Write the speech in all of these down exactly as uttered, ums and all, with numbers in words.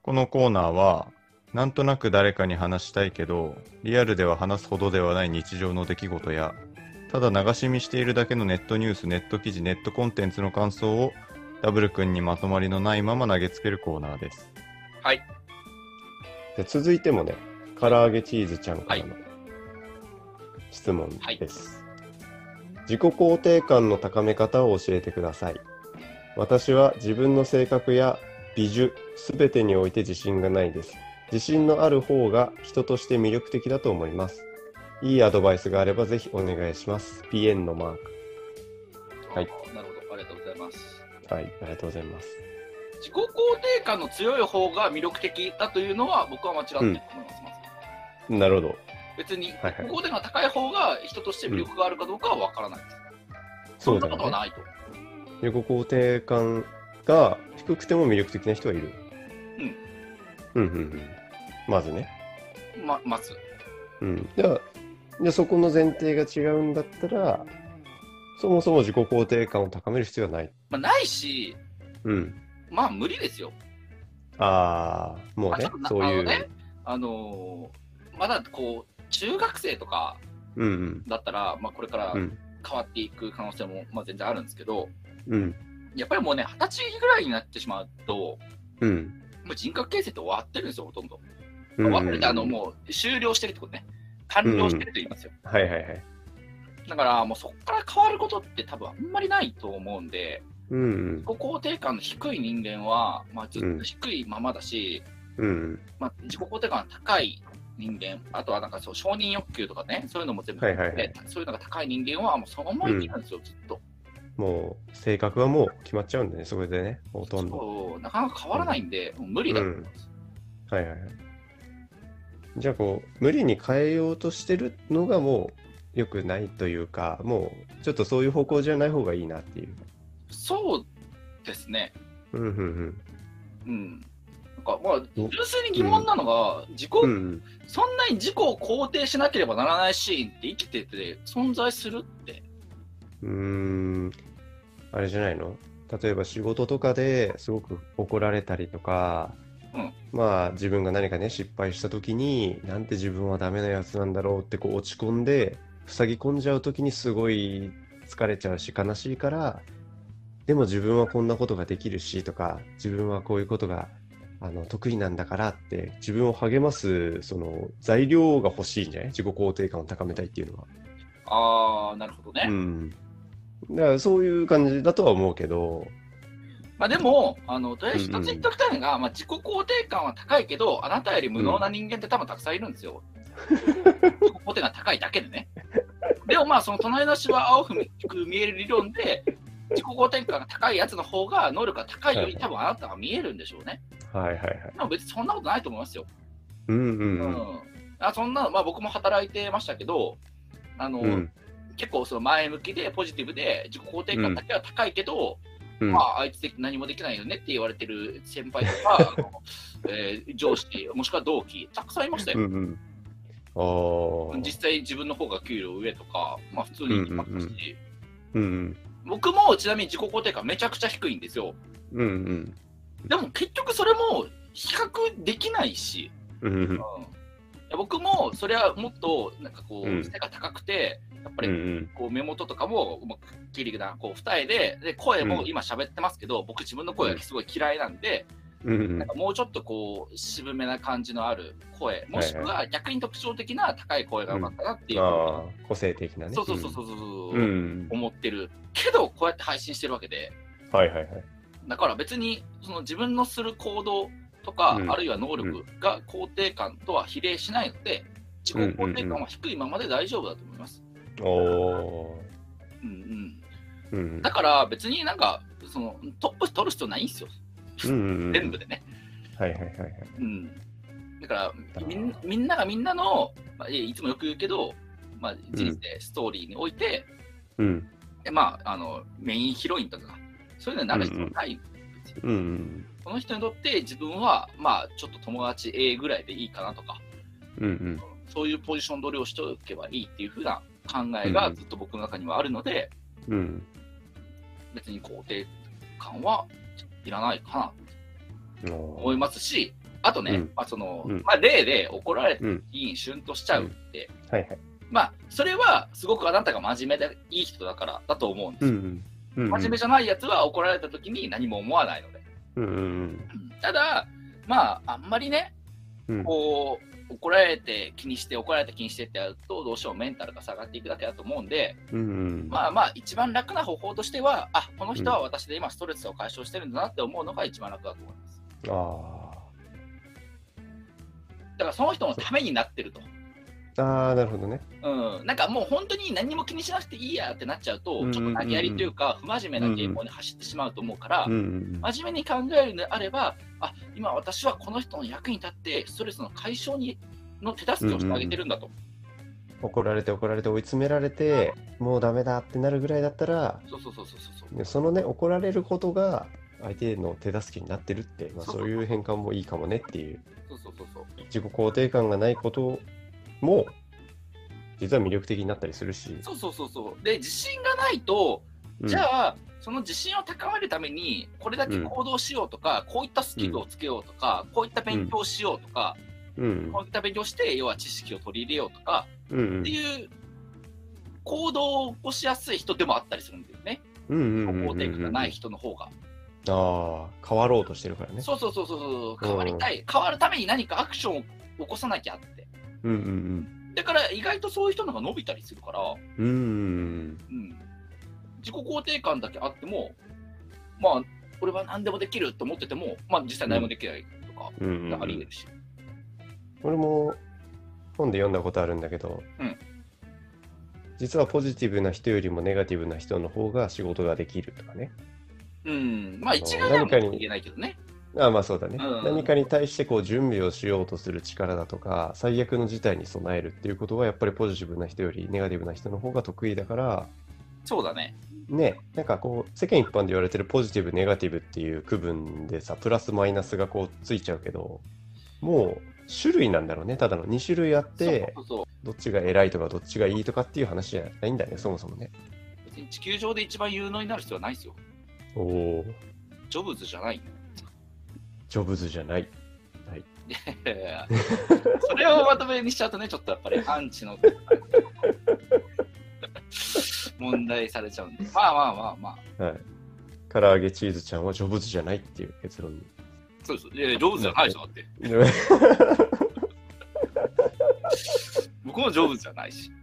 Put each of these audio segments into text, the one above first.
このコーナーは、なんとなく誰かに話したいけど、リアルでは話すほどではない日常の出来事や、ただ流し見しているだけのネットニュース、ネット記事、ネットコンテンツの感想を、ダブル君にまとまりのないまま投げつけるコーナーです。 はい。 で続いてもね、唐揚げチーズちゃんからの質問です。はい、自己肯定感の高め方を教えてください。私は自分の性格や美術すべてにおいて自信がないです。自信のある方が人として魅力的だと思います。いいアドバイスがあればぜひお願いします。ピーエヌ のマーク。 はい。なるほど。ありがとうございます。 はい、ありがとうございます。 自己肯定感の強い方が魅力的だというのは僕は間違ってると思います。 うん、なるほど。 別に自己肯定感が高い方が人として魅力があるかどうかは分からないです。うん、そんなことはないと。 自己肯定感が低くても魅力的な人はいる。うん。うんうんうん。まずね。 ま、まず。 うん。じゃあ、じゃあそこの前提が違うんだったら、そもそも自己肯定感を高める必要はない。 まあ、ないし、 うん。 まあ無理ですよ。 ああ、もうね、そういう。 あのね、あのー、まだこう、中学生とかだったら、うんうん、まあこれから変わっていく可能性もまあ全然あるんですけど、うん、やっぱりもうね、はたちぐらいになってしまうと、うん、もう人格形成って終わってるんですよ、ほとんど。終わってるって、あの、もう終了してるってことね。完了してると言いますよ。 うん、はいはいはい。 だから、もうそこから変わることって多分あんまりないと思うんで、うんうん、自己肯定感の低い人間は、まあ、ずっと低いままだし、うん、まあ、自己肯定感が高い人間、あとはなんかそう承認欲求とかね、そういうのも全部、はいはいはい、そういうのが高い人間はもうそのまま生きるんですよ、うん、ずっと。 もう性格はもう決まっちゃうんでね、それでね、ほとんど。 そう、なかなか変わらないんで、うん、もう無理だと思います、 うん。はいはいはい。じゃあこう、無理に変えようとしてるのがもう良くないというか、もうちょっとそういう方向じゃない方がいいなっていう。 そうですね。 うんうんうん。 うん。なんかまあ、純粋に疑問なのが、うん、自己、うん、そんなに自己を肯定しなければならないシーンって生きてて存在するって。 うーん、あれじゃないの？例えば仕事とかですごく怒られたりとか、うん、まあ自分が何かね失敗した時になんて自分はダメなやつなんだろうってこう落ち込んで塞ぎ込んじゃう時にすごい疲れちゃうし悲しいから、でも自分はこんなことができるしとか、自分はこういうことがあの得意なんだからって自分を励ますその材料が欲しいんじゃない？自己肯定感を高めたいっていうのは。 ああ、なるほどね。 うん。だからそういう感じだとは思うけど。 まあでも、あの、とりあえず一つ言っておきたいのが、うんうん、まあ自己肯定感は高いけど、あなたより無能な人間って多分たくさんいるんですよ。うん、自己肯定感高いだけでね。でもまあその隣の芝青く見える理論で、自己肯定感が高いやつの方が能力が高いより多分あなたが見えるんでしょうね。 はいはいはい。 でも別にそんなことないと思いますよ。 うんうんうん。うん、 あそんな、まあ僕も働いてましたけど、あの、うん、結構その前向きでポジティブで自己肯定感だけは高いけど、うん、まああいつ何もできないよねって言われてる先輩とか、あのえー、上司もしくは同期たくさんいましたよ。うんうん実際自分の方が給料上とか、まあ普通に言ってましたし、うんうんうん、僕もちなみに自己肯定感めちゃくちゃ低いんですよ。うんうん、でも結局それも比較できないし、うんうん、僕もそれはもっとなんかこう、うん、背が高くてやっぱりこう目元とかもくっきりなこう二重で、で声も今喋ってますけど、うん、僕自分の声がすごい嫌いなんで、うん、なんかもうちょっとこう渋めな感じのある声、もしくは逆に特徴的な高い声がうまかったなっていう、うん、 あ個性的なね、 そうそうそうそうそう、うん、思ってるけどこうやって配信してるわけで、 はいはいはい、 だから別にその自分のする行動とか、うん、あるいは能力が肯定感とは比例しないので、自己肯定感は低いままで大丈夫だと思います。 おお、 うんうん、うん、だから別になんかそのトップ取る必要ないんですよ。うんうんうん、全部でね。 はいはいはいはい。 うん。だからみんみんながみんなの、まあ、いつもよく言うけど、まあ、人生、うん、ストーリーにおいて、うん、まああのメインヒロインとかそういうのになる必要ないんですよ。うんうん、この人にとって自分はまあちょっと友達 A ぐらいでいいかなとか、うんうん、そういうポジション取りをしておけばいいっていう風な考えがずっと僕の中にはあるので、うん、別に肯定感はいらないかなと思いますし、 あとね、 うんまあそのうんまあ、例で怒られたうん時にシュンとしちゃうって、 はいはい。 まあ、それはすごくあなたが真面目でいい人だからだと思うんですよ。 うんうんうんうん。 真面目じゃないやつは怒られた時に何も思わないので。 うんうんうんただ、まあ、あんまりね、 うん。 こう、怒られて気にして、怒られて気にしてってやると、どうしてもメンタルが下がっていくだけだと思うんで、 うんうん。 まあまあ、一番楽な方法としては、あ、この人は私で今ストレスを解消してるんだなって思うのが一番楽だと思います。 あだからその人のためになってると。 あ。ああ、なるほどね。 うん、なんかもう本当に何も気にしなくていいやってなっちゃうと、ちょっと投げやりというか、不真面目なゲームに走ってしまうと思うから、 うんうん真面目に考えるのであれば、あ、今私はこの人の役に立ってストレスの解消にの手助けをしてあげてるんだと。 怒られて怒られて追い詰められて、もうダメだってなるぐらいだったら、 そうそうそうそうそう。 でそのね、怒られることが相手の手助けになってるって、まあ、 そうそうそういう変換もいいかもねっていう、 そうそうそうそう。 自己肯定感がないことも、実は魅力的になったりするし。 そうそうそうそう。で、自信がないと、 うんじゃあ、その自信を高めるために、これだけ行動しようとか、こういったスキルをつけようとか、こういった勉強をしようとか、 うんこういった勉強をして、要は知識を取り入れようとか、 うんうんっていう行動を起こしやすい人でもあったりするんだよね。 うんうんうんうん肯定感がない人の方が。 ああ、変わろうとしてるからね。 そうそうそうそうそう、変わりたい。変わるために何かアクションを起こさなきゃって。 うんうんだから意外とそういう人の方が伸びたりするから、 うん。うんうんうん、自己肯定感だけあっても、まあ、俺は何でもできると思ってても、まあ、実際何もできないとか、 うんうんうん。 あり得るし。 俺も本で読んだことあるんだけど、 うん実はポジティブな人よりもネガティブな人の方が仕事ができるとかね。 うん、まあ一概には言えないけどね。 ああまあそうだね、 うん何かに対してこう準備をしようとする力だとか、最悪の事態に備えるっていうことはやっぱりポジティブな人よりネガティブな人の方が得意だから、 そうだね。 ね、なんかこう世間一般で言われてるポジティブネガティブっていう区分でさ、プラスマイナスがこうついちゃうけど、もう種類なんだろうね。ただのに種類あって、 そうそうそう、 どっちが偉いとかどっちがいいとかっていう話じゃないんだね、そもそもね。 別に地球上で一番有能になる必要はないですよ。 おお、 ジョブズじゃない。 ジョブズじゃない。はい。 いやいやいやそれをまとめにしちゃうとね、ちょっとやっぱりアンチの問題されちゃうんで。まあまあまあまあ。 はい。唐揚げチーズちゃんはジョブズじゃないっていう結論に。 そうです。いやいや、ジョブズじゃないでしょ、だって。僕もジョブズじゃないし。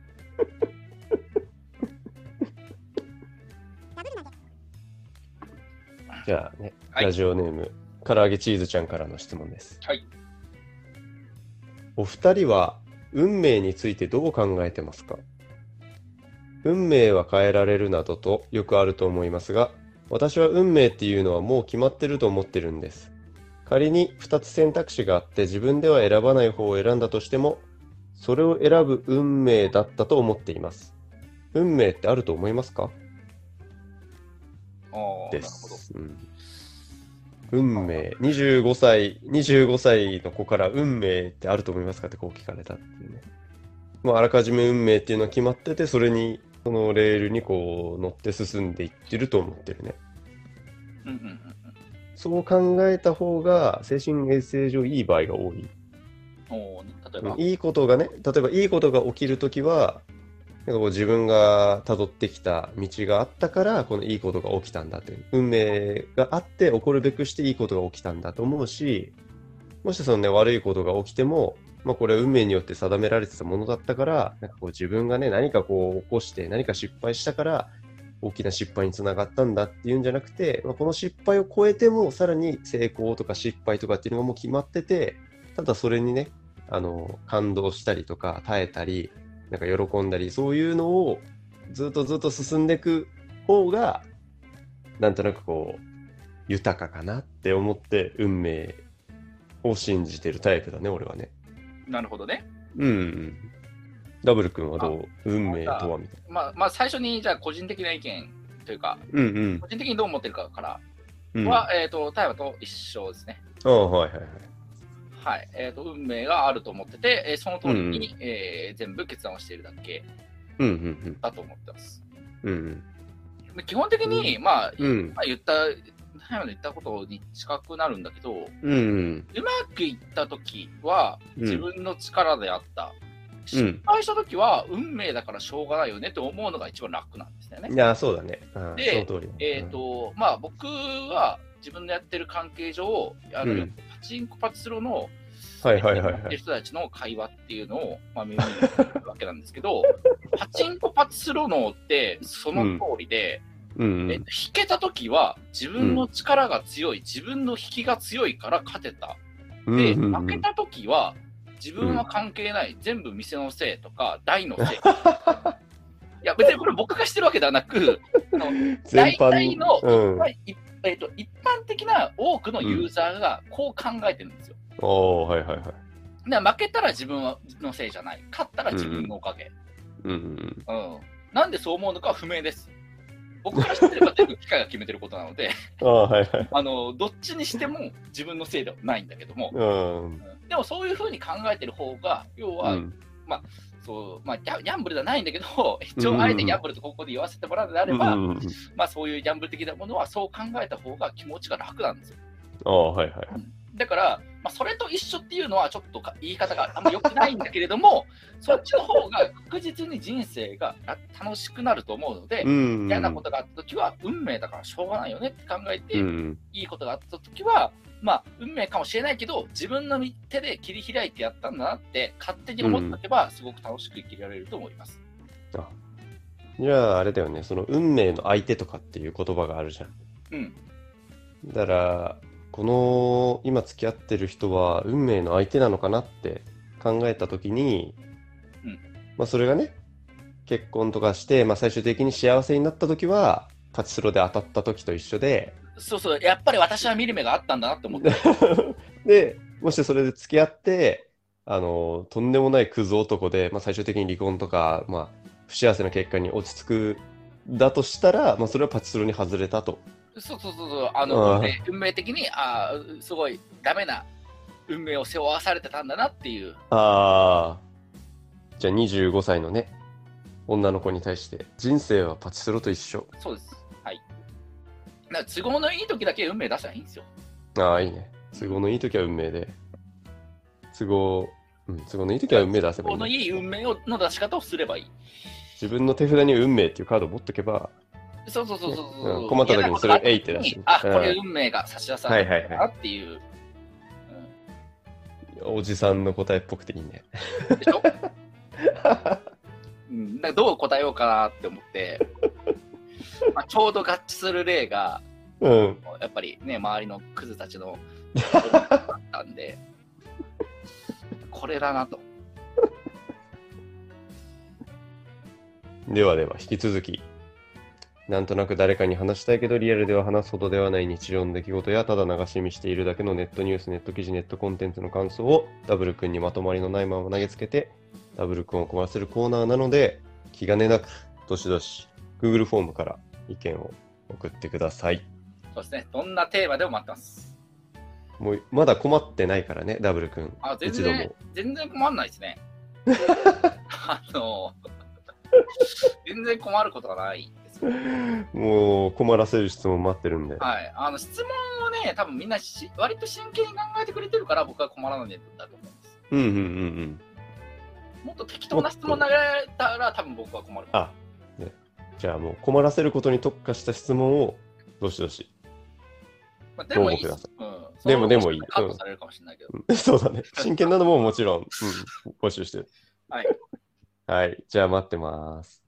じゃあね、 はいラジオネーム、唐揚げチーズちゃんからの質問です。 はい。 お二人は運命についてどう考えてますか？運命は変えられるなどとよくあると思いますが、私は運命っていうのはもう決まってると思ってるんです。仮にふたつ選択肢があって自分では選ばない方を選んだとしても、それを選ぶ運命だったと思っています。運命ってあると思いますか？ ああ、なでるほど。 す。うん運命、にじゅうごさい、にじゅうごさいの子から運命ってあると思いますかってこう聞かれたっていうね。もうあらかじめ運命っていうのは決まってて、それに、そのレールにこう乗って進んでいってると思ってるね。 うんうんうんうん。 そう考えた方が精神衛生上いい場合が多い。 お例えば、 いいことがね、例えばいいことが起きるときは、なんかこう自分が辿ってきた道があったから、このいいことが起きたんだという、運命があって起こるべくしていいことが起きたんだと思うし、もしそのね、悪いことが起きても、まあこれは運命によって定められてたものだったから、なんかこう自分がね、何かこう起こして何か失敗したから、大きな失敗につながったんだっていうんじゃなくて、まあ、この失敗を超えても、さらに成功とか失敗とかっていうのがもう決まってて、ただそれにね、あの、感動したりとか、耐えたり、なんか喜んだり、そういうのをずっとずっと進んでいく方が、なんとなくこう、豊かかなって思って、運命を信じてるタイプだね、俺はね。 なるほどね。 うんうん。ダブル君はどう？運命とはみたいな。 まあ、まあ、最初に、じゃあ、個人的な意見というか、 うんうん個人的にどう思ってるかからうん。 は、えっ、と、タイマと一緒ですね。 ああ、はいはいはい。 はい。えっ、と、運命があると思ってて、えーその通りに、 うんえー全部決断をしているだけうんうんだと思ってます。 うん。うん基本的に、まあ、 うん。 まあ、言った今の言ったことに近くなるんだけど、 うん。 うまくいったときは自分の力であった。 うん、 失敗したときは運命だからしょうがないよねって思うのが一番楽なんですよね。 いや、そうだね。うん、 で、 その通り。 えっ、ー、と、まあ僕は自分でやってる関係上、あの、うん、パチンコパチスロのはいはいはい、はい、 人たちの会話っていうのを、まあ、耳にするわけなんですけど、パチンコパチスロ脳ってその通りで、 うんうん、 え引けたときは自分の力が強い、うん、自分の引きが強いから勝てた。で、うんうんうん、負けたときは自分は関係ない、うん、全部店のせいとか大のせい。いや別にこれ僕がしてるわけではなく、大体の、うんえーと、一般的な多くのユーザーがこう考えてるんですよ。 うん、おはいはいはい。 で負けたら自分のせいじゃない。勝ったら自分のおかげ。 うんうんうんうん、なんでそう思うのかは不明です。僕から知ってれば全部機械が決めてることなのであ、はいはい、 あのどっちにしても自分のせいではないんだけども、 うん、 でもそういうふうに考えてる方が要は、うん、まあそうまあ、ギャンブルではないんだけど一応あえてギャンブルとここで言わせてもらうのであれば、うんうん、まあ、そういうギャンブル的なものはそう考えた方が気持ちが楽なんですよ。 あ、はいはい、 うん、だから、まあ、それと一緒っていうのはちょっと言い方があんまり良くないんだけれどもそっちの方が確実に人生が楽しくなると思うので、うんうん、嫌なことがあった時は運命だからしょうがないよねって考えて、うん、いいことがあった時はまあ運命かもしれないけど自分の手で切り開いてやったんだなって勝手に思っておけば、うん、すごく楽しく生きられると思います。 あ、じゃああれだよね、その運命の相手とかっていう言葉があるじゃん。 うん。 だからこの今付き合ってる人は運命の相手なのかなって考えたときに、 うん、 まあそれがね結婚とかして、まあ、最終的に幸せになったときはパチスロで当たったときと一緒で、 そうそう、やっぱり私は見る目があったんだなって思ってでもしそれで付き合ってあのとんでもないクズ男で、まあ、最終的に離婚とか、まあ、不幸せな結果に落ち着くだとしたら、まあ、それはパチスロに外れたと。 そうそうそうそう、あの、運命、運命的に、ああ、すごいダメな運命を背負わされてたんだなっていう。 ああ、じゃあにじゅうごさいのね、女の子に対して、人生はパチスロと一緒。 そうです。はい。だから都合のいい時だけ運命出したらいいんですよ。 ああ、いいね。都合のいい時は運命で、都合、うん、都合のいい時は運命出せばいい、ね。都合のいい運命の出し方をすればいい。 自分の手札に運命っていうカードを持っとけば、 そうそうそうそう、 うん、困った時にそれをえいって出して、 あ、これ運命が差し出されたなっていう、 うん、おじさんの答えっぽくていいね。 でしょうん、だからどう答えようかなって思って、まあ、ちょうど合致する例が、 うん、 やっぱりね周りのクズたちのだったんでこれだなと。 ではでは引き続き、なんとなく誰かに話したいけどリアルでは話すほどではない日常の出来事やただ流し見しているだけのネットニュース、ネット記事、ネットコンテンツの感想をダブル君にまとまりのないまま投げつけてダブル君を困らせるコーナーなので、気兼ねなくどしどし Google フォームから意見を送ってください。 そうですね、どんなテーマでも待ってます。 もうまだ困ってないからね、ダブル君。 あ、全然、一度も全然困んないですね。あの全然困ることがないです。 もう困らせる質問待ってるんで。 はい、あの質問をね、多分みんなし割と真剣に考えてくれてるから僕は困らないんだと思うんです。 うんうんうんうん。 もっと適当な質問投げられたら多分僕は困る。 あ、ね、じゃあもう困らせることに特化した質問をどしどし。 まあ、でもいい。 うん、でもでもいい。 カットされるかもしれないけど。 うん、そうだね。真剣なのももちろん、うん、募集してる。 はい。 はい。じゃあ待ってます。